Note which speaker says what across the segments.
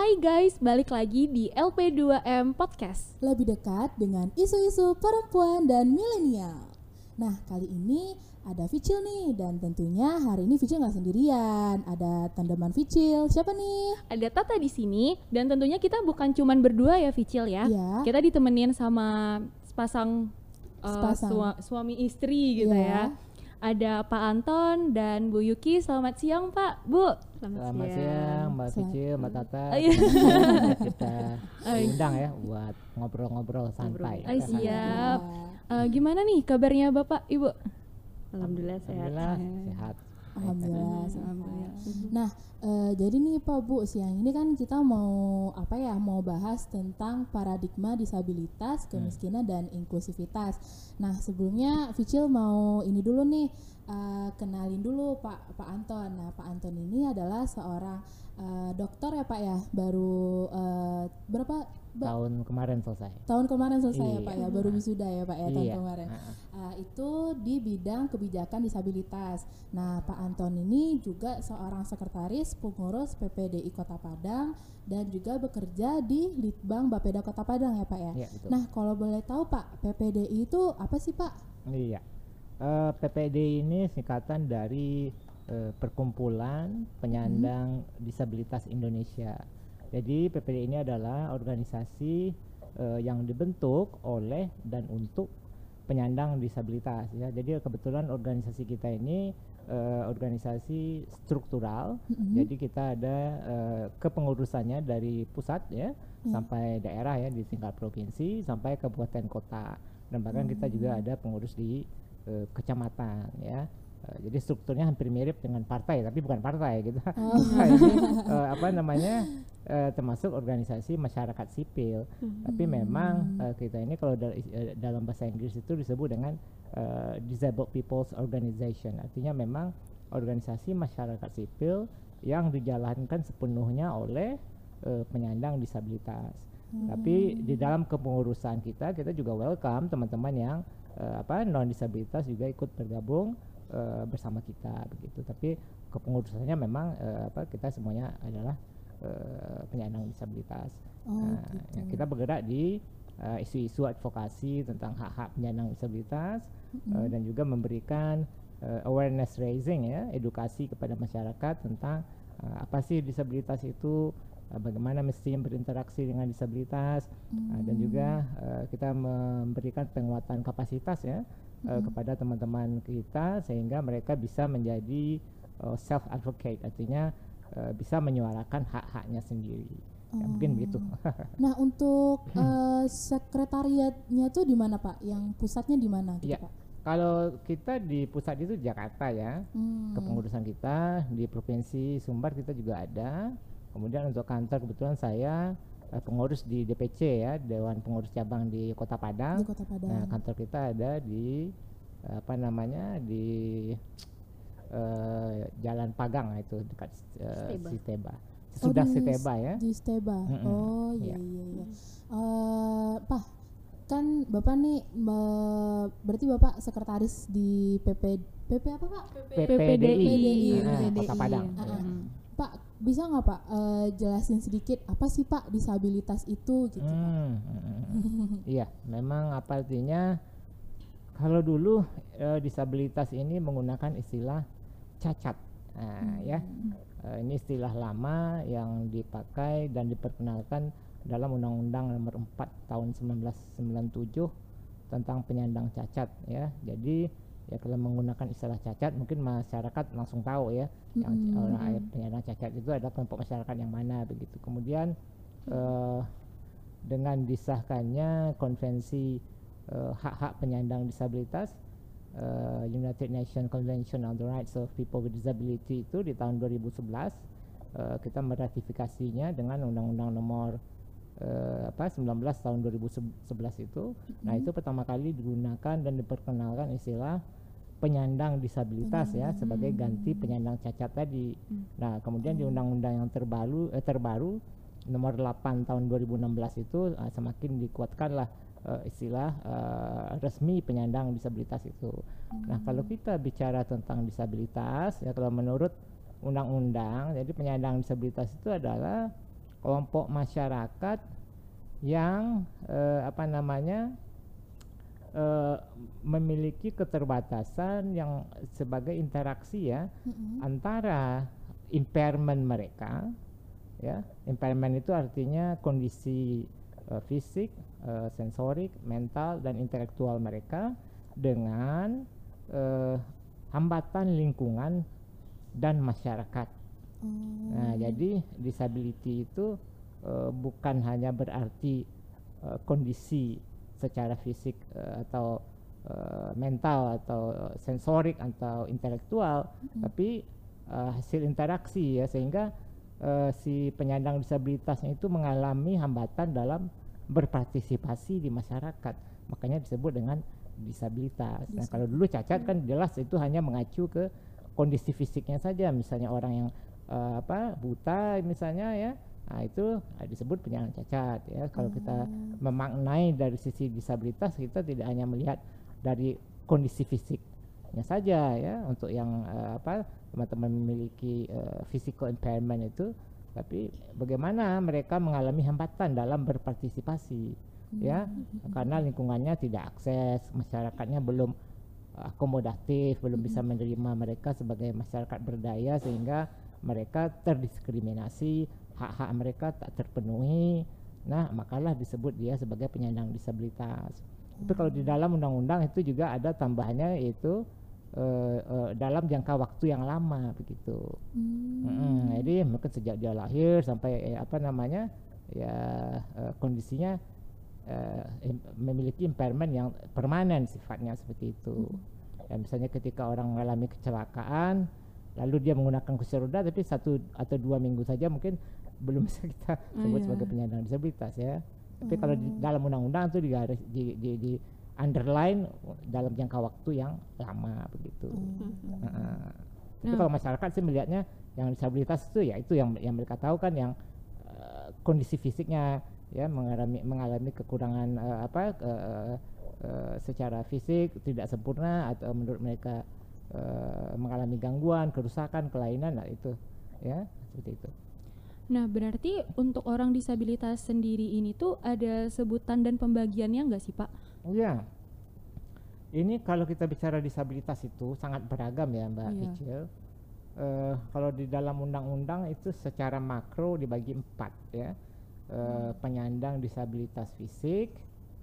Speaker 1: Hai guys, balik lagi di LP2M Podcast.
Speaker 2: Lebih dekat dengan isu-isu perempuan dan milenial. Nah, kali ini ada Vicil nih, dan tentunya hari ini Vicil nggak sendirian. Ada tandeman Vicil. Siapa nih?
Speaker 1: Ada Tata di sini dan tentunya kita bukan cuman berdua ya Vicil ya.
Speaker 2: Iya.
Speaker 1: Kita ditemenin sama sepasang suami istri gitu ya. Ada Pak Anton dan Bu Yuki. Selamat siang Pak, Bu.
Speaker 3: Selamat siang Mbak Vicil, Mbak Tata. Kita undang ya buat ngobrol-ngobrol santai.
Speaker 1: Siap. Gimana nih kabarnya Bapak, Ibu?
Speaker 4: Alhamdulillah sehat.
Speaker 3: Sehat.
Speaker 2: Alhamdulillah. Nah, jadi nih Pak Bu, siang ini kan kita mau bahas tentang paradigma disabilitas, kemiskinan dan inklusivitas. Nah, sebelumnya Vicil mau ini dulu nih, kenalin dulu Pak Anton. Nah, Pak Anton ini adalah seorang dokter ya Pak ya, baru
Speaker 3: Tahun kemarin selesai.
Speaker 2: Ya Pak ya, baru wisuda ya Pak ya tahun kemarin. Itu di bidang kebijakan disabilitas. Nah, Pak Anton ini juga seorang sekretaris pengurus PPDI Kota Padang dan juga bekerja di Litbang Bapeda Kota Padang ya Pak ya.
Speaker 3: Iya, betul.
Speaker 2: Nah, kalau boleh tahu Pak, PPDI itu apa sih Pak?
Speaker 3: Iya. PPDI ini singkatan dari Perkumpulan Penyandang Disabilitas Indonesia. Jadi PPDI ini adalah organisasi yang dibentuk oleh dan untuk penyandang disabilitas ya. Jadi kebetulan organisasi kita ini organisasi struktural. Jadi kita ada kepengurusannya dari pusat ya sampai daerah ya, di tingkat provinsi sampai kabupaten kota. Dan bahkan kita juga ada pengurus di kecamatan ya. Jadi strukturnya hampir mirip dengan partai, tapi bukan partai gitu. Ini termasuk organisasi masyarakat sipil. Tapi memang kita ini kalau dalam bahasa Inggris itu disebut dengan Disabled People's Organization. Artinya memang organisasi masyarakat sipil yang dijalankan sepenuhnya oleh penyandang disabilitas. Tapi di dalam kepengurusan kita juga welcome teman-teman yang non disabilitas juga ikut bergabung bersama kita begitu. Tapi kepengurusannya memang kita semuanya adalah penyandang disabilitas.
Speaker 2: Gitu.
Speaker 3: Kita bergerak di isu-isu advokasi tentang hak-hak penyandang disabilitas dan juga memberikan awareness raising ya, edukasi kepada masyarakat tentang apa sih disabilitas itu, bagaimana mestinya berinteraksi dengan disabilitas, dan juga kita memberikan penguatan kapasitas ya kepada teman-teman kita sehingga mereka bisa menjadi self advocate, artinya bisa menyuarakan hak-haknya sendiri. Ya, mungkin begitu.
Speaker 2: Nah, untuk sekretariatnya tuh di mana Pak? Yang pusatnya di mana gitu
Speaker 3: Ya.
Speaker 2: Pak?
Speaker 3: Kalau kita di pusat itu Jakarta ya, kepengurusan kita di Provinsi Sumbar kita juga ada. Kemudian untuk kantor kebetulan saya pengurus di DPC ya, Dewan Pengurus Cabang di Kota Padang.
Speaker 2: Di Kota Padang.
Speaker 3: Nah, kantor kita ada di di Jalan Pagang itu dekat Siteba. Sudah Siteba ya.
Speaker 2: Di Siteba. Oh iya. Pak, kan Bapak nih berarti Bapak sekretaris di PP apa Pak?
Speaker 3: PPDI. Kota Padang.
Speaker 2: Pak, bisa nggak Pak jelasin sedikit apa sih Pak disabilitas itu gitu Pak?
Speaker 3: Iya, memang apa artinya kalau dulu disabilitas ini menggunakan istilah cacat. Ya. Ini istilah lama yang dipakai dan diperkenalkan dalam Undang-Undang Nomor 4 Tahun 1997 tentang penyandang cacat ya. Jadi ya kalau menggunakan istilah cacat mungkin masyarakat langsung tahu ya yang orang penyandang cacat itu adalah kelompok masyarakat yang mana begitu. Kemudian dengan disahkannya konvensi hak-hak penyandang disabilitas United Nations Convention on the Rights of People with Disability itu di tahun 2011 kita meratifikasinya dengan Undang-Undang Nomor 19 tahun 2011 itu. Nah, itu pertama kali digunakan dan diperkenalkan istilah penyandang disabilitas ya sebagai ganti penyandang cacat tadi. Nah, kemudian di undang-undang yang terbaru nomor 8 tahun 2016 itu semakin dikuatkanlah istilah resmi penyandang disabilitas itu. Nah, kalau kita bicara tentang disabilitas ya, kalau menurut undang-undang, jadi penyandang disabilitas itu adalah kelompok masyarakat yang memiliki keterbatasan yang sebagai interaksi ya antara impairment mereka, ya, impairment itu artinya kondisi fisik, sensorik, mental dan intelektual mereka dengan hambatan lingkungan dan masyarakat. Nah, jadi disability itu bukan hanya berarti kondisi secara fisik atau mental atau sensorik atau intelektual, tapi hasil interaksi ya, sehingga si penyandang disabilitasnya itu mengalami hambatan dalam berpartisipasi di masyarakat, makanya disebut dengan disabilitas. Nah, kalau dulu cacat kan jelas itu hanya mengacu ke kondisi fisiknya saja, misalnya orang yang buta misalnya ya, nah itu disebut penyandang cacat ya. Kalau kita memaknai dari sisi disabilitas, kita tidak hanya melihat dari kondisi fisiknya saja ya, untuk yang teman-teman memiliki physical impairment itu, tapi bagaimana mereka mengalami hambatan dalam berpartisipasi ya, karena lingkungannya tidak akses, masyarakatnya belum akomodatif, belum bisa menerima mereka sebagai masyarakat berdaya, sehingga mereka terdiskriminasi, hak-hak mereka tak terpenuhi. Nah, makalah disebut dia sebagai penyandang disabilitas. Tapi kalau di dalam undang-undang itu juga ada tambahannya, yaitu dalam jangka waktu yang lama begitu. Jadi mungkin sejak dia lahir sampai kondisinya memiliki impairment yang permanen sifatnya seperti itu. Ya, misalnya ketika orang mengalami kecelakaan, lalu dia menggunakan kursi roda, tapi 1 atau 2 minggu saja mungkin belum bisa kita sebut sebagai penyandang disabilitas ya. Tapi kalau di dalam undang-undang itu di underline dalam jangka waktu yang lama begitu. Tapi kalau masyarakat sih melihatnya yang disabilitas itu ya itu yang mereka tahu kan, yang kondisi fisiknya ya mengalami kekurangan secara fisik tidak sempurna, atau menurut mereka mengalami gangguan, kerusakan, kelainan, nah itu ya seperti itu.
Speaker 1: Nah, berarti untuk orang disabilitas sendiri ini tuh ada sebutan dan pembagiannya nggak sih, Pak?
Speaker 3: Iya. Ini kalau kita bicara disabilitas itu sangat beragam ya, Mbak Icil. Kalau di dalam undang-undang itu secara makro dibagi 4 ya. Penyandang disabilitas fisik,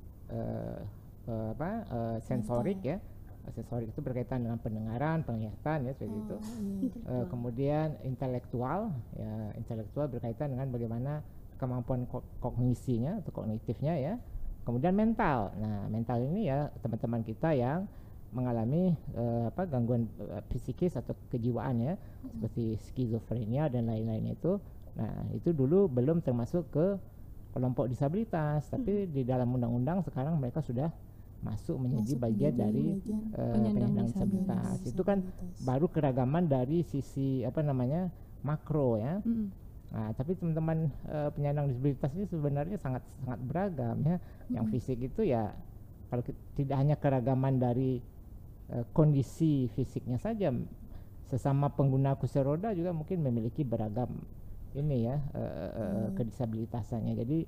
Speaker 3: sensorik ya. Sensorik itu berkaitan dengan pendengaran, penglihatan ya, seperti itu. Kemudian intelektual ya, intelektual berkaitan dengan bagaimana kemampuan kognisinya atau kognitifnya ya. Kemudian mental. Nah, mental ini ya teman-teman kita yang mengalami gangguan psikis atau kejiwaan ya, seperti skizofrenia dan lain-lain itu. Nah, itu dulu belum termasuk ke kelompok disabilitas, tapi di dalam undang-undang sekarang mereka sudah masuk menjadi bagian dari penyandang disabilitas. Itu kan baru keragaman dari sisi makro ya. Nah, tapi teman-teman penyandang disabilitas ini sebenarnya sangat beragam ya. Yang fisik itu ya, kalau tidak hanya keragaman dari kondisi fisiknya saja, sesama pengguna kursi roda juga mungkin memiliki beragam ini ya kedisabilitasannya. Jadi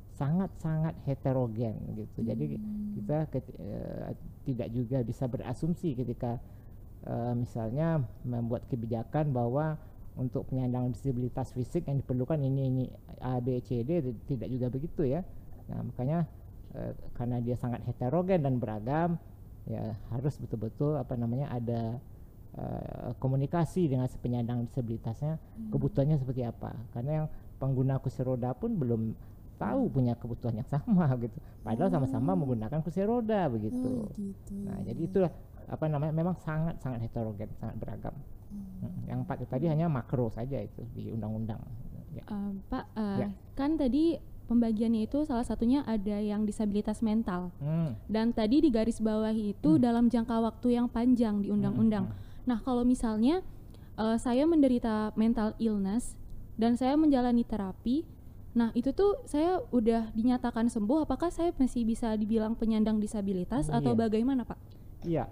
Speaker 3: sangat heterogen gitu. Jadi kita tidak juga bisa berasumsi ketika misalnya membuat kebijakan bahwa untuk penyandang disabilitas fisik yang diperlukan ini A, B, C, D, tidak juga begitu ya. Nah, makanya karena dia sangat heterogen dan beragam, ya harus betul-betul ada komunikasi dengan si penyandang disabilitasnya, kebutuhannya seperti apa. Karena yang pengguna kursi roda pun belum tahu punya kebutuhan yang sama gitu, padahal sama-sama menggunakan kursi roda begitu. Nah, jadi itulah memang sangat heterogen, sangat beragam. Yang 4 itu tadi hanya makro saja itu di undang-undang ya.
Speaker 1: Pak, kan tadi pembagiannya itu salah satunya ada yang disabilitas mental, dan tadi di garis bawah itu dalam jangka waktu yang panjang di undang-undang. Nah, kalau misalnya saya menderita mental illness dan saya menjalani terapi, nah itu tuh saya udah dinyatakan sembuh, apakah saya masih bisa dibilang penyandang disabilitas atau bagaimana, Pak?
Speaker 3: Iya,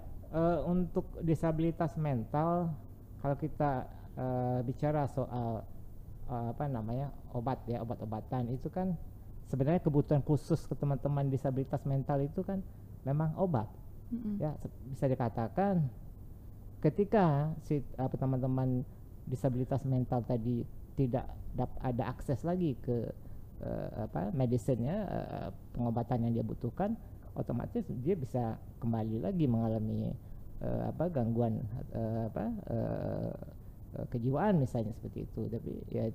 Speaker 3: untuk disabilitas mental, kalau kita bicara soal obat ya, obat-obatan itu kan sebenarnya kebutuhan khusus ke teman-teman disabilitas mental itu kan memang obat. Ya, bisa dikatakan ketika teman-teman disabilitas mental tadi tidak ada akses lagi ke medicine-nya, pengobatan yang dia butuhkan, otomatis dia bisa kembali lagi mengalami gangguan kejiwaan misalnya seperti itu. Tapi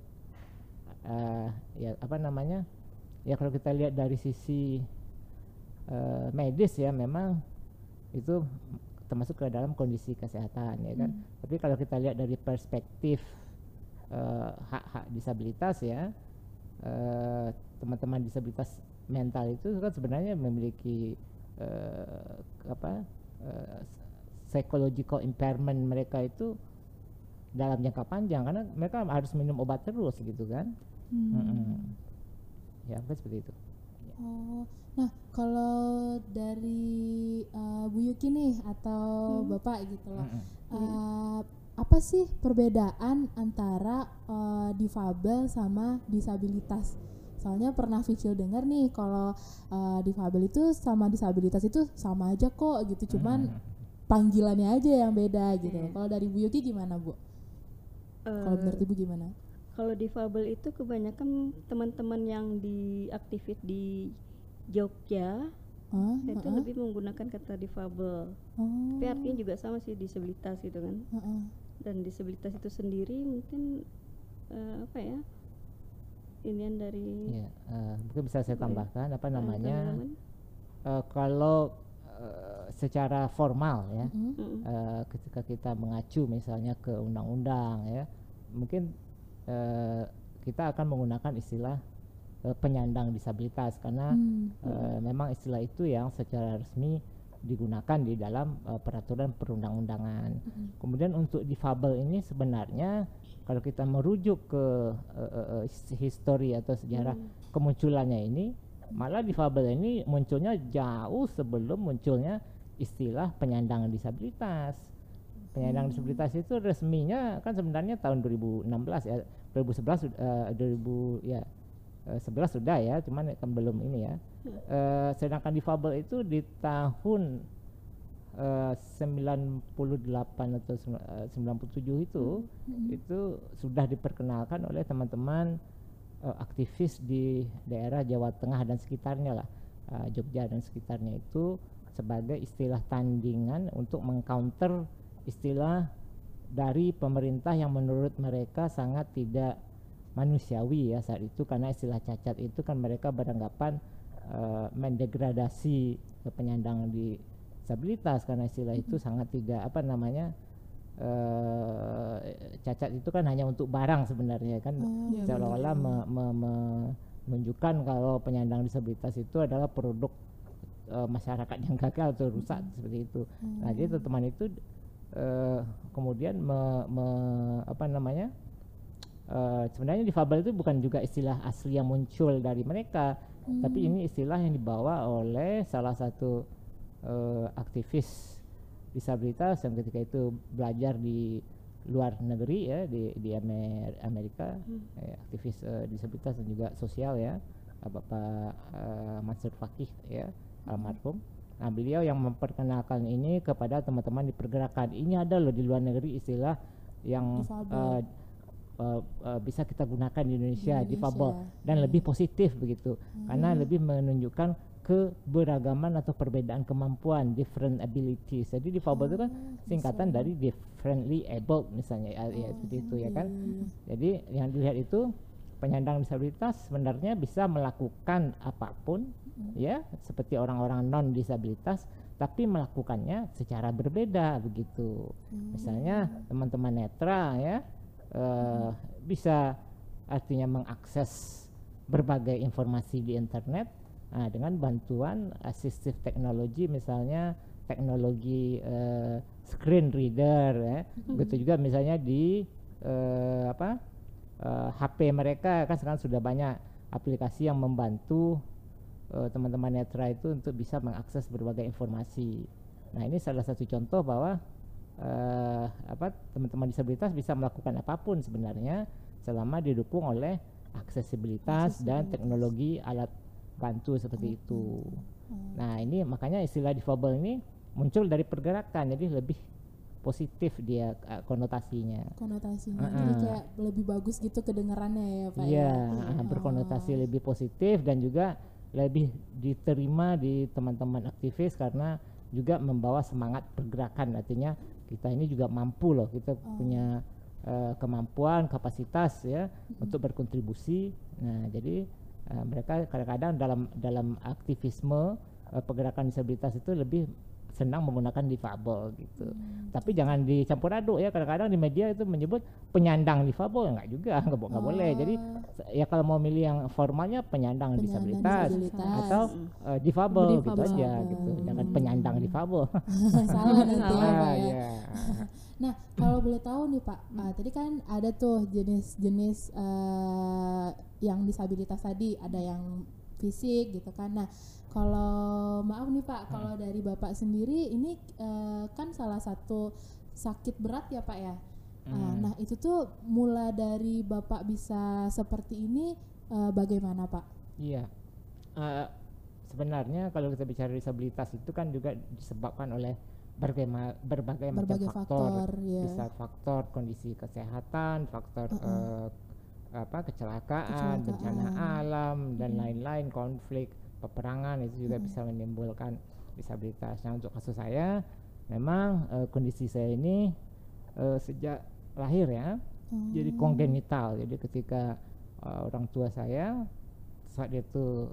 Speaker 3: ya kalau kita lihat dari sisi medis ya, memang itu termasuk ke dalam kondisi kesehatan ya kan. Tapi kalau kita lihat dari perspektif hak-hak disabilitas ya, teman-teman disabilitas mental itu kan sebenarnya memiliki psychological impairment mereka itu dalam jangka panjang, karena mereka harus minum obat terus gitu kan. Ya kan seperti itu.
Speaker 2: Oh, nah kalau dari Bu Yuki nih atau Bapak gitu loh, apa sih perbedaan antara difabel sama disabilitas? Soalnya pernah Vicil dengar nih kalau difabel itu sama disabilitas itu sama aja kok gitu, cuman panggilannya aja yang beda gitu. Kalau dari Bu Yuki gimana, Bu? Kalau menurut Ibu gimana?
Speaker 4: Kalau difabel itu kebanyakan teman-teman yang aktif di Jogja itu lebih menggunakan kata difabel. Tapi artinya juga sama sih, disabilitas gitu kan. Dan disabilitas itu sendiri mungkin inian dari
Speaker 3: mungkin bisa saya tambahkan kalau secara formal ya, ketika kita mengacu misalnya ke undang-undang ya, mungkin kita akan menggunakan istilah penyandang disabilitas, karena memang istilah itu yang secara resmi digunakan di dalam peraturan perundang-undangan. Kemudian untuk difabel ini sebenarnya kalau kita merujuk ke histori atau sejarah kemunculannya ini, malah difabel ini munculnya jauh sebelum munculnya istilah penyandang disabilitas. Penyandang disabilitas itu resminya kan sebenarnya tahun 2016 ya, 2011 11 sudah ya, cuman kan belum ini ya. Sedangkan difabel itu di tahun 98 atau 97 itu sudah diperkenalkan oleh teman-teman aktivis di daerah Jawa Tengah dan sekitarnya lah, Jogja dan sekitarnya, itu sebagai istilah tandingan untuk mengcounter istilah dari pemerintah yang menurut mereka sangat tidak manusiawi ya saat itu, karena istilah cacat itu kan mereka beranggapan mendegradasi penyandang disabilitas, karena istilah itu sangat tidak cacat itu kan hanya untuk barang sebenarnya kan, seolah-olah menunjukkan kalau penyandang disabilitas itu adalah produk masyarakat yang gagal atau rusak seperti itu. Nah jadi teman itu kemudian sebenarnya difabel itu bukan juga istilah asli yang muncul dari mereka, tapi ini istilah yang dibawa oleh salah satu aktivis disabilitas yang ketika itu belajar di luar negeri ya, di Amerika, aktivis disabilitas dan juga sosial ya, Bapak Mansur Fakih ya, almarhum. Nah beliau yang memperkenalkan ini kepada teman-teman di pergerakan. Ini ada loh di luar negeri istilah yang bisa kita gunakan di Indonesia, difabel, dan lebih positif begitu, karena lebih menunjukkan keberagaman atau perbedaan kemampuan, different abilities. Jadi difabel itu kan singkatan dari differently abled misalnya ya, seperti itu ya kan. Jadi yang dilihat itu penyandang disabilitas sebenarnya bisa melakukan apapun ya, seperti orang-orang non disabilitas, tapi melakukannya secara berbeda begitu. Misalnya teman-teman netra ya, bisa artinya mengakses berbagai informasi di internet dengan bantuan assistive technology, misalnya teknologi screen reader ya. Begitu juga misalnya di HP mereka kan sekarang sudah banyak aplikasi yang membantu teman-teman netra itu untuk bisa mengakses berbagai informasi. Nah ini salah satu contoh bahwa teman-teman disabilitas bisa melakukan apapun sebenarnya, selama didukung oleh aksesibilitas dan teknologi alat bantu seperti itu. Nah ini makanya istilah difabel ini muncul dari pergerakan, jadi lebih positif dia konotasinya.
Speaker 2: Jadi kayak lebih bagus gitu kedengarannya ya Pak.
Speaker 3: Iya, berkonotasi lebih positif dan juga lebih diterima di teman-teman aktivis karena juga membawa semangat pergerakan. Artinya kita ini juga mampu loh, kita punya kemampuan, kapasitas ya untuk berkontribusi. Nah jadi mereka kadang-kadang dalam aktivisme pergerakan disabilitas itu lebih senang menggunakan difabel gitu. Tapi jangan dicampur aduk ya, kadang-kadang di media itu menyebut penyandang difabel, enggak juga, enggak boleh. Jadi ya kalau mau milih yang formalnya penyandang disabilitas atau difabel gitu aja gitu. Jangan penyandang difabel.
Speaker 2: Salah nanti ya. Nah, kalau boleh tahu nih Pak, tadi kan ada tuh jenis-jenis yang disabilitas tadi, ada yang fisik gitu kan. Nah, kalau maaf nih Pak, kalau dari Bapak sendiri ini kan salah satu sakit berat ya Pak ya. Nah, itu tuh mula dari Bapak bisa seperti ini bagaimana Pak?
Speaker 3: Iya. Sebenarnya kalau kita bicara disabilitas itu kan juga disebabkan oleh berbagai macam faktor. Bisa faktor kondisi kesehatan, faktor kecelakaan, bencana alam dan lain-lain, konflik, peperangan itu juga bisa menimbulkan disabilitas. Nah untuk kasus saya memang kondisi saya ini sejak lahir ya, jadi kongenital. Jadi ketika orang tua saya saat itu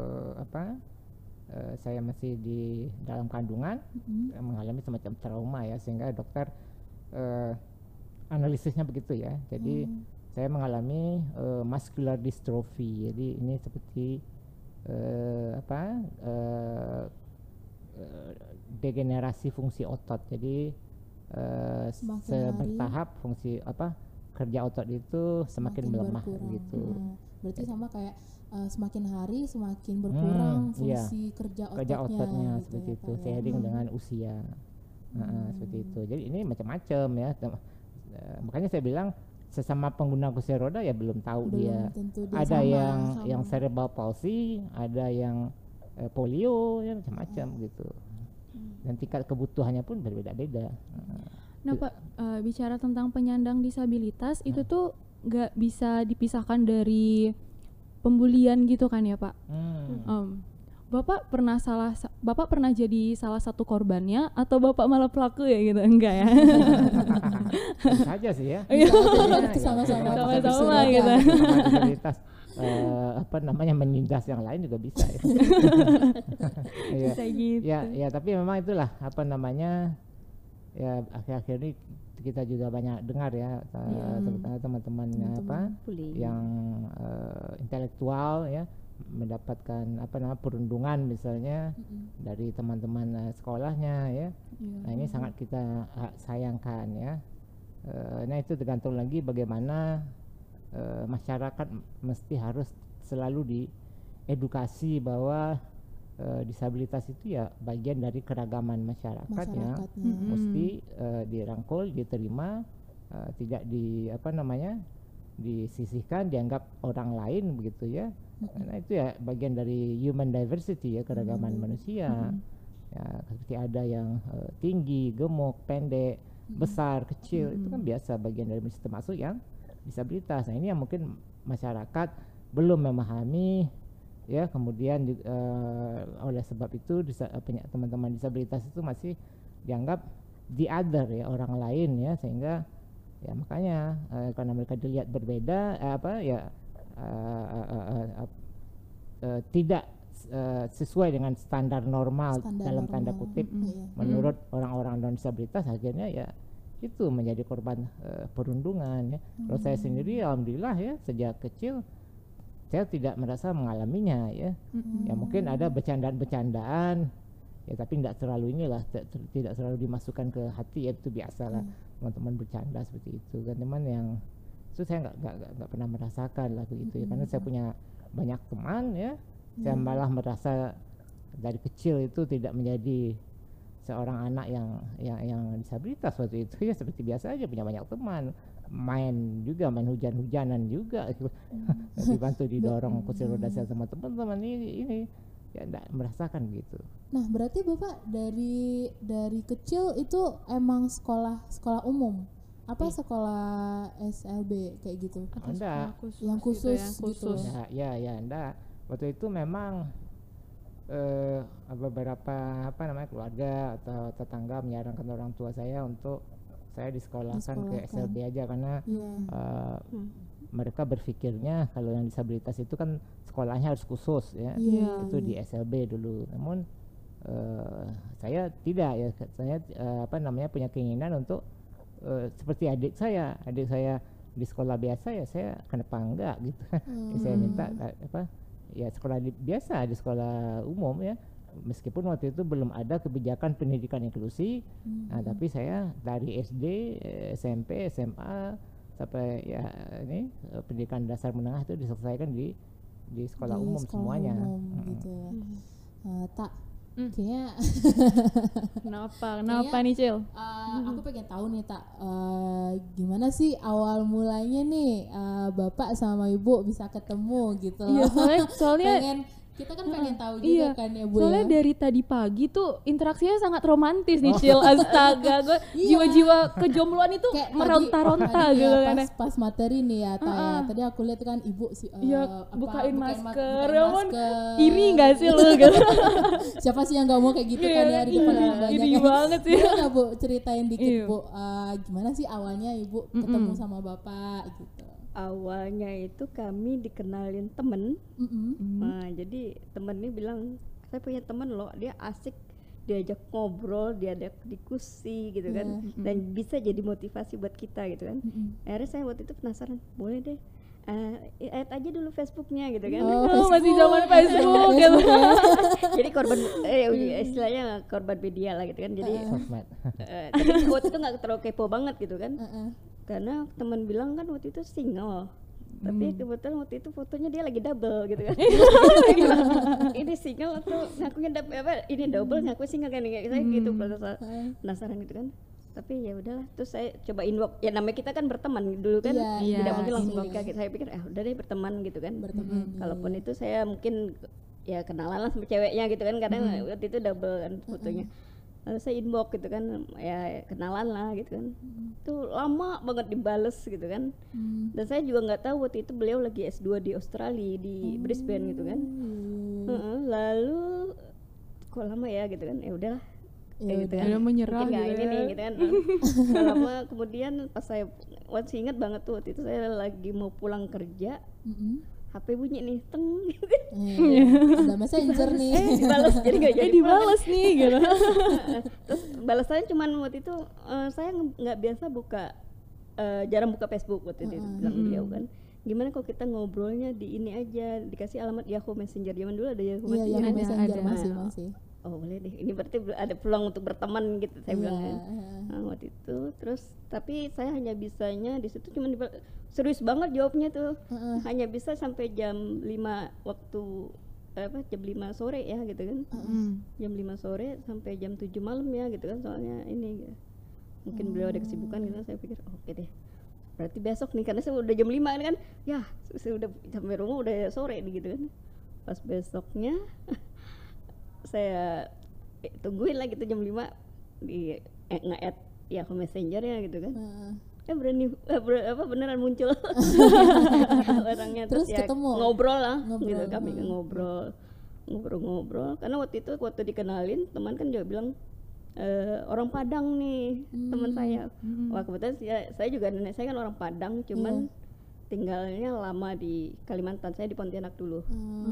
Speaker 3: saya masih di dalam kandungan mengalami semacam trauma ya, sehingga dokter analisisnya begitu ya. Jadi saya mengalami muscular dystrophy. Jadi ini seperti degenerasi fungsi otot. Jadi bertahap fungsi kerja otot itu semakin melemah gitu.
Speaker 2: Berarti sama kayak semakin hari semakin berkurang fungsi kerja ototnya gitu
Speaker 3: seperti
Speaker 2: ya,
Speaker 3: itu, seiring dengan usia. Seperti itu. Jadi ini macam-macam ya. Makanya saya bilang sesama pengguna kursi roda ya belum tahu dia ada yang cerebral palsy, ada yang polio ya, macam-macam gitu. Dan tingkat kebutuhannya pun berbeda-beda.
Speaker 1: Nah Pak, bicara tentang penyandang disabilitas itu tuh nggak bisa dipisahkan dari pembulian gitu kan ya Pak? Bapak pernah jadi salah satu korbannya atau Bapak malah pelaku ya gitu? Enggak ya?
Speaker 3: Saja sih ya.
Speaker 1: Sama-sama gitu.
Speaker 3: Disabilitas menindas yang lain juga bisa ya.
Speaker 1: Bisa gitu.
Speaker 3: Ya tapi memang itulah ya akhir-akhir ini kita juga banyak dengar ya teman-teman yang intelektual ya mendapatkan perundungan misalnya dari teman-teman sekolahnya ya. Nah ini sangat kita sayangkan ya. Nah itu tergantung lagi bagaimana masyarakat mesti harus selalu diedukasi bahwa disabilitas itu ya bagian dari keragaman masyarakat ya. Mesti dirangkul, diterima, tidak disisihkan, dianggap orang lain begitu ya. Karena itu ya bagian dari human diversity ya, keragaman manusia. Ya seperti ada yang tinggi, gemuk, pendek, besar, kecil, itu kan biasa bagian dari manusia, termasuk yang disabilitas. Nah ini yang mungkin masyarakat belum memahami ya, kemudian oleh sebab itu teman-teman disabilitas itu masih dianggap the other ya, orang lain ya, sehingga ya makanya karena mereka dilihat berbeda tidak sesuai dengan standar normal dalam tanda kutip menurut orang-orang non disabilitas, akhirnya ya itu menjadi korban perundungan ya. Kalau saya sendiri alhamdulillah ya sejak kecil saya tidak merasa mengalaminya ya. Ya mungkin ada bercandaan-bercandaan ya, tapi tidak terlalu tidak terlalu dimasukkan ke hati ya, itu biasalah teman-teman bercanda seperti itu kan. Teman yang itu saya nggak pernah merasakan lah begitu ya, karena saya punya banyak teman ya. Saya malah merasa dari kecil itu tidak menjadi seorang anak yang disabilitas waktu itu ya, seperti biasa aja punya banyak teman. main hujan-hujanan juga dibantu didorong kursi roda saya sama teman-teman ini ya enggak merasakan gitu.
Speaker 2: Nah berarti Bapak dari kecil itu emang sekolah umum apa sekolah SLB kayak gitu?
Speaker 3: Enggak,
Speaker 2: yang khusus gitu.
Speaker 3: Ya enggak. Waktu itu memang beberapa keluarga atau tetangga menyarankan orang tua saya untuk saya disekolahkan ke SLB aja karena mereka berpikirnya kalau yang disabilitas itu kan sekolahnya harus khusus ya, itu di SLB dulu. Namun saya tidak ya, saya punya keinginan untuk seperti adik saya di sekolah biasa ya saya kenapa enggak gitu. Saya minta ya sekolah biasa di sekolah umum ya, meskipun waktu itu belum ada kebijakan pendidikan inklusi. Nah, tapi saya dari SD, SMP, SMA sampai ya ini pendidikan dasar menengah itu diselesaikan di sekolah umum semuanya.
Speaker 2: Gitu ya. Kayaknya
Speaker 1: kenapa nih Cil?
Speaker 2: Aku pengen tahu nih gimana sih awal mulanya nih Bapak sama Ibu bisa ketemu gitu.
Speaker 1: Iya, soalnya
Speaker 2: kita kan pengen tahu juga kan ya Bu.
Speaker 1: Soalnya dari tadi pagi tuh interaksinya sangat romantis nih Cil. Astaga, gue jiwa-jiwa kejombloan itu meronta-ronta gitu kan.
Speaker 2: Pas materi nih ya tadi aku lihat kan Ibu
Speaker 1: bukain masker. Iri gak sih lu gitu?
Speaker 2: Siapa sih yang gak mau kayak gitu kan ya di depan banyak.
Speaker 1: Iri banget sih.
Speaker 2: Boleh Bu ceritain dikit Bu, gimana sih awalnya Ibu ketemu sama Bapak gitu?
Speaker 4: Awalnya itu kami dikenalin temen. Nah, jadi temen ini bilang, saya punya temen loh, dia asik, diajak ngobrol, diajak diskusi gitu kan, dan bisa jadi motivasi buat kita gitu kan. Akhirnya saya waktu itu penasaran, boleh deh add aja dulu Facebooknya gitu kan.
Speaker 1: Masih zaman Facebook gitu.
Speaker 4: Jadi korban istilahnya korban media lah gitu kan. Jadi tapi waktu itu nggak terlalu kepo banget gitu kan. Karena teman bilang kan waktu itu single, tapi kebetulan waktu itu fotonya dia lagi double gitu kan. Ini single atau ngakunya ini double ngaku single kan, saya gitu penasaran gitu kan. Tapi ya udahlah, terus saya coba inbox, ya namanya kita kan berteman dulu kan, tidak mungkin langsung nikah gitu. Saya pikir udah deh berteman gitu kan. Kalaupun itu saya mungkin ya kenalan lah sama ceweknya gitu kan, karena waktu itu double kan fotonya. Lalu saya inbox gitu kan, ya kenalan lah gitu kan. Itu lama banget dibales gitu kan. Dan saya juga nggak tahu waktu itu beliau lagi S2 di Australia di Brisbane gitu kan. Lalu kok lama ya gitu kan, ya udahlah.
Speaker 1: Ya gitu kan. Menyerah
Speaker 4: gitu ini nih gitu kan. Lama kemudian pas saya masih ingat banget tuh waktu itu saya lagi mau pulang kerja. HP bunyi nih, teng.
Speaker 2: Ada messenger nih.
Speaker 4: Dibalas jadi nggak jadi
Speaker 1: dibalas nih gitu.
Speaker 4: Terus balasannya cuman waktu itu saya nggak biasa buka, jarang buka Facebook waktu itu bilang beliau kan. Gimana kalau kita ngobrolnya di ini aja, dikasih alamat Yahoo Messenger, zaman dulu ada Yahoo Messenger.
Speaker 2: Iya, Messenger masih.
Speaker 4: Oh boleh deh, ini berarti ada peluang untuk berteman gitu saya bilang kan. Waktu itu terus tapi saya hanya bisanya di situ cuma serius banget jawabnya tuh. Hanya bisa sampai jam 5 waktu jam 5 sore ya gitu kan. Jam 5 sore sampai jam 7 malam ya gitu kan, soalnya ini mungkin beliau ada kesibukan gitu. Saya pikir oke deh, berarti besok nih, karena saya udah jam 5 kan ya, saya udah sampai rumah udah sore nih gitu kan. Pas besoknya saya tungguin lah gitu jam 5 di nge-add Yahoo Messenger ya gitu kan. Beneran muncul orangnya.
Speaker 2: Terus
Speaker 4: ya
Speaker 2: ketemu
Speaker 4: ngobrol lah gitu, kami ngobrol karena waktu itu dikenalin teman kan juga bilang orang Padang nih teman saya. Wah kebetulan saya juga nenek saya kan orang Padang, cuman tinggalnya lama di Kalimantan, saya di Pontianak dulu.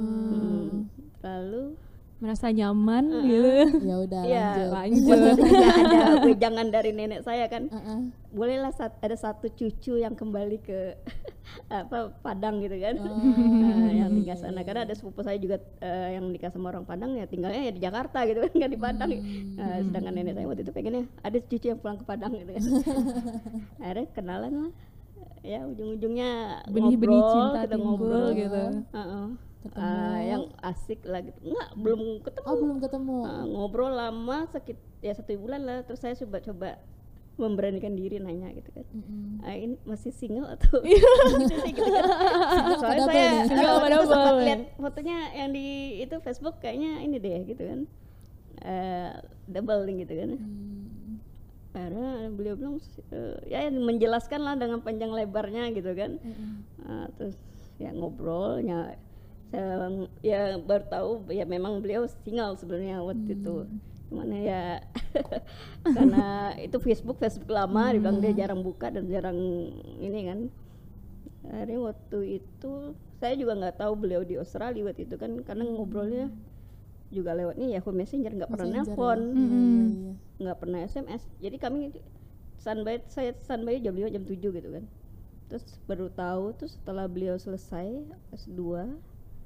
Speaker 4: Lalu
Speaker 1: merasa nyaman gitu.
Speaker 2: Ya udah
Speaker 4: lanjut. Ada wejangan dari nenek saya kan. Bolehlah ada satu cucu yang kembali ke Padang gitu kan. Yang tinggal sana, karena ada sepupu saya juga yang nikah sama orang Padang, ya tinggalnya ya di Jakarta gitu kan, nggak di Padang. Sedangkan nenek saya waktu itu pengennya ada cucu yang pulang ke Padang gitu kan. Akhirnya kenalan lah. Ya ujung-ujungnya
Speaker 1: benih-benih cinta
Speaker 4: kita ngobrol gitu.
Speaker 2: Yang
Speaker 4: asik lah gitu. Belum ketemu.
Speaker 2: Belum ketemu.
Speaker 4: Ngobrol lama ya 1 bulan lah, terus saya coba memberanikan diri nanya gitu kan. Ini masih single atau gitu kan. Soalnya saya sempat lihat fotonya yang di itu Facebook kayaknya ini deh gitu kan. Double gitu kan. Akhirnya beliau bilang ya menjelaskan lah dengan panjang lebarnya gitu kan. Terus ya ngobrolnya ya baru tahu ya memang beliau single sebenarnya waktu itu. Gimana ya karena itu Facebook lama, dibilang dia jarang buka dan jarang ini kan. Akhirnya waktu itu saya juga nggak tahu beliau di Australia waktu itu kan, karena ngobrolnya juga lewat nih Yahoo Messenger, nggak pernah nelpon, nggak pernah SMS. Jadi kami saya standby jam 5 jam 7 gitu kan. Terus baru tahu tuh setelah beliau selesai S2,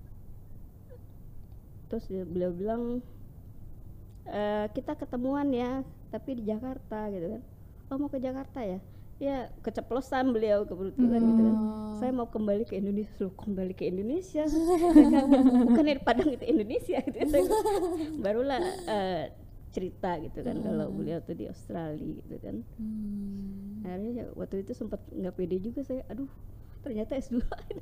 Speaker 4: terus beliau bilang kita ketemuan ya, tapi di Jakarta gitu kan. Oh mau ke Jakarta ya? Ya keceplosan beliau kebetulan gitu kan. Saya mau kembali ke Indonesia. Loh, kembali ke Indonesia? Bukan di Padang itu Indonesia gitu. Barulah cerita gitu kan kalau beliau tuh di Australia gitu kan. Akhirnya waktu itu sempat nggak pede juga saya. Aduh, ternyata S2.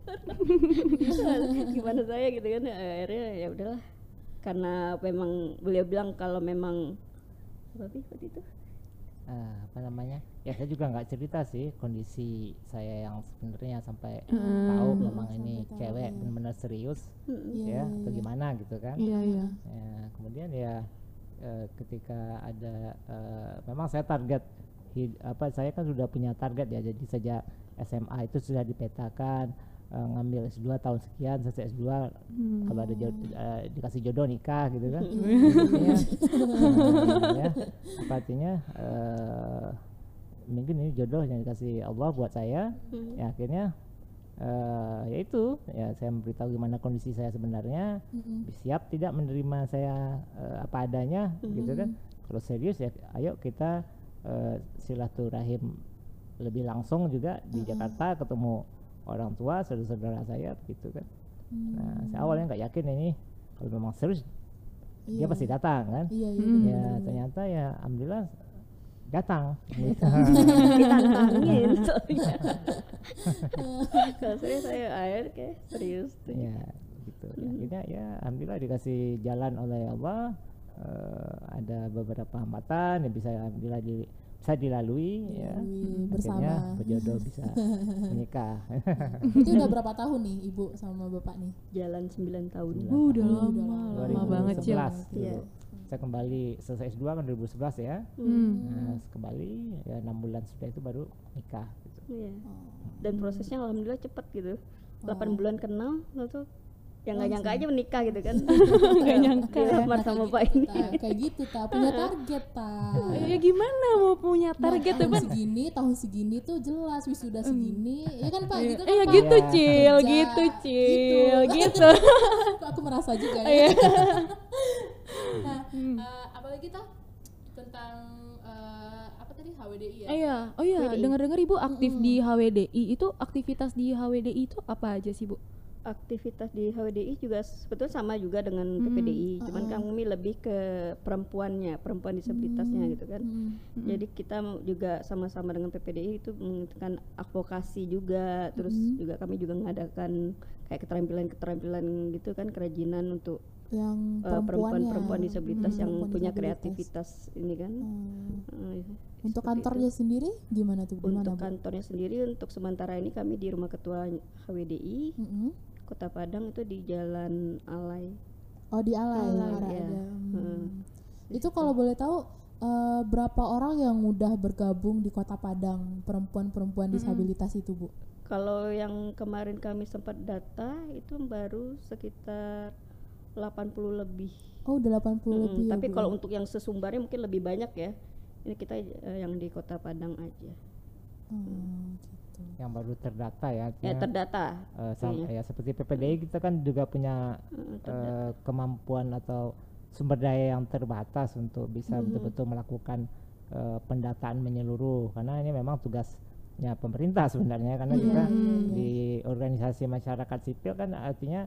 Speaker 4: Gimana saya gitu kan. Akhirnya ya udahlah. Karena memang beliau bilang kalau memang waktu itu
Speaker 3: apa namanya ya, saya juga nggak cerita sih kondisi saya yang sebenarnya sampai tahu memang ini cewek benar-benar serius ya atau gimana gitu kan. Ya, kemudian ya ketika ada memang saya target saya kan sudah punya target ya, jadi sejak SMA itu sudah dipetakan ngambil S2 tahun sekian, selesai S2 kalau ada dikasih jodoh nikah gitu kan. Ya, artinya mungkin ini jodoh yang dikasih Allah buat saya. Ya akhirnya ya itu ya saya memberitahu gimana kondisi saya sebenarnya, siap tidak menerima saya apa adanya gitu kan. Kalau serius ya ayo kita silaturahim lebih langsung juga di Jakarta, ketemu orang tua, saudara-saudara saya gitu kan. Nah, saya awalnya nggak yakin ini kalau memang serius dia pasti datang kan. Ya ternyata ya alhamdulillah datang.
Speaker 4: Ditantangin soalnya. Kalau serius saya kayak serius.
Speaker 3: Ya gitu. Akhirnya ya alhamdulillah dikasih jalan oleh Allah. Ada beberapa hambatan yang bisa alhamdulillah bisa dilalui ya,
Speaker 2: bersama
Speaker 3: berjodoh bisa menikah.
Speaker 2: Itu udah berapa tahun nih Ibu sama Bapak nih?
Speaker 4: Jalan 9 tahun.
Speaker 1: Udah lama banget ya.
Speaker 3: Saya kembali selesai S2 kan 2011 ya. Nah, kembali ya 6 bulan setelah itu baru nikah gitu.
Speaker 4: Dan prosesnya alhamdulillah cepat gitu. 8 bulan kenal lalu yang nggak nyangka aja menikah gitu kan.
Speaker 1: Nggak nyangka
Speaker 4: dilamar sama Pak ini.
Speaker 2: Kayak gitu punya target
Speaker 1: ya gimana mau punya target
Speaker 2: tahun segini tuh jelas wisuda segini ya kan Pak gitu kan.
Speaker 1: Ya gitu Cil gitu.
Speaker 2: Aku merasa juga ya. Nah apalagi tuh tentang apa tadi HWDI ya?
Speaker 1: Iya dengar-dengar Ibu aktif di HWDI. Itu aktivitas di HWDI itu apa aja sih Bu?
Speaker 4: Aktivitas di HWDI juga sebetulnya sama juga dengan PPDI, cuman kami lebih ke perempuan disabilitasnya gitu kan. Jadi kita juga sama-sama dengan PPDI itu mengadakan advokasi juga, terus juga kami juga mengadakan kayak keterampilan gitu kan, kerajinan untuk
Speaker 2: yang
Speaker 4: perempuan disabilitas yang punya kreativitas ini kan.
Speaker 2: Untuk kantornya sendiri gimana tuh?
Speaker 4: Untuk kantornya sendiri untuk sementara ini kami di Rumah Ketua HWDI Kota Padang, itu di Jalan Alai.
Speaker 2: Oh di Alai ya. Itu kalau boleh tahu berapa orang yang udah bergabung di Kota Padang perempuan disabilitas itu Bu?
Speaker 4: Kalau yang kemarin kami sempat data itu baru sekitar 80 lebih.
Speaker 2: Oh udah 80 lebih.
Speaker 4: Tapi kalau untuk yang sesumbarnya mungkin lebih banyak ya. Ini kita yang di Kota Padang aja.
Speaker 2: Gitu.
Speaker 3: Yang baru terdata ya.
Speaker 4: Terdata.
Speaker 3: Ya seperti PPDI kita kan juga punya kemampuan atau sumber daya yang terbatas untuk bisa betul-betul melakukan pendataan menyeluruh, karena ini memang tugasnya pemerintah sebenarnya, karena kita di organisasi masyarakat sipil kan artinya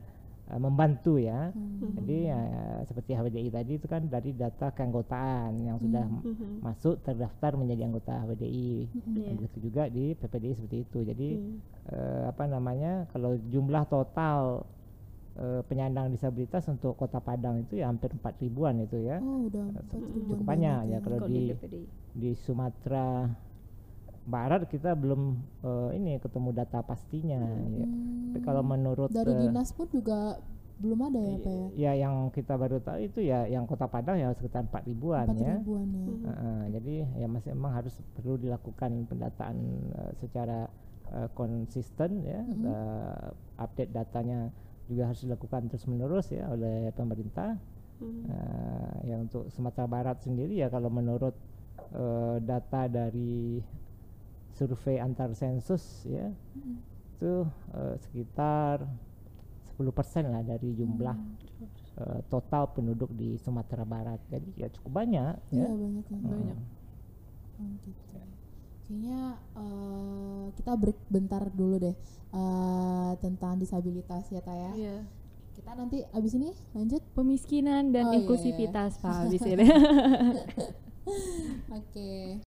Speaker 3: membantu ya. Jadi seperti HWDI tadi itu kan dari data keanggotaan yang sudah masuk terdaftar menjadi anggota HWDI. Begitu juga di PPDI seperti itu. Jadi kalau jumlah total penyandang disabilitas untuk Kota Padang itu ya hampir 4.000-an itu ya.
Speaker 2: Udah 4.000-an
Speaker 3: cukup banyak ya. Kalau di Sumatera Barat kita belum ketemu data pastinya ya. Tapi kalau menurut
Speaker 2: dari dinas pun juga belum ada ya Pak ya?
Speaker 3: Ya yang kita baru tahu itu ya yang Kota Padang ya sekitar 4.000-an ya.
Speaker 2: 4.000-an ya.
Speaker 3: Jadi ya masih memang harus perlu dilakukan pendataan secara konsisten ya. Update datanya juga harus dilakukan terus menerus ya oleh pemerintah. Ya untuk Sumatera Barat sendiri ya kalau menurut data dari survei antar sensus ya itu sekitar 10% lah dari jumlah total penduduk di Sumatera Barat. Jadi ya cukup banyak ya.
Speaker 2: Banyak. Gitu. Kayaknya kita break bentar dulu deh tentang disabilitas ya Taya.
Speaker 1: Iya.
Speaker 2: Kita nanti abis ini lanjut
Speaker 1: pemiskinan dan inklusivitas Pak abis ini.
Speaker 2: Oke.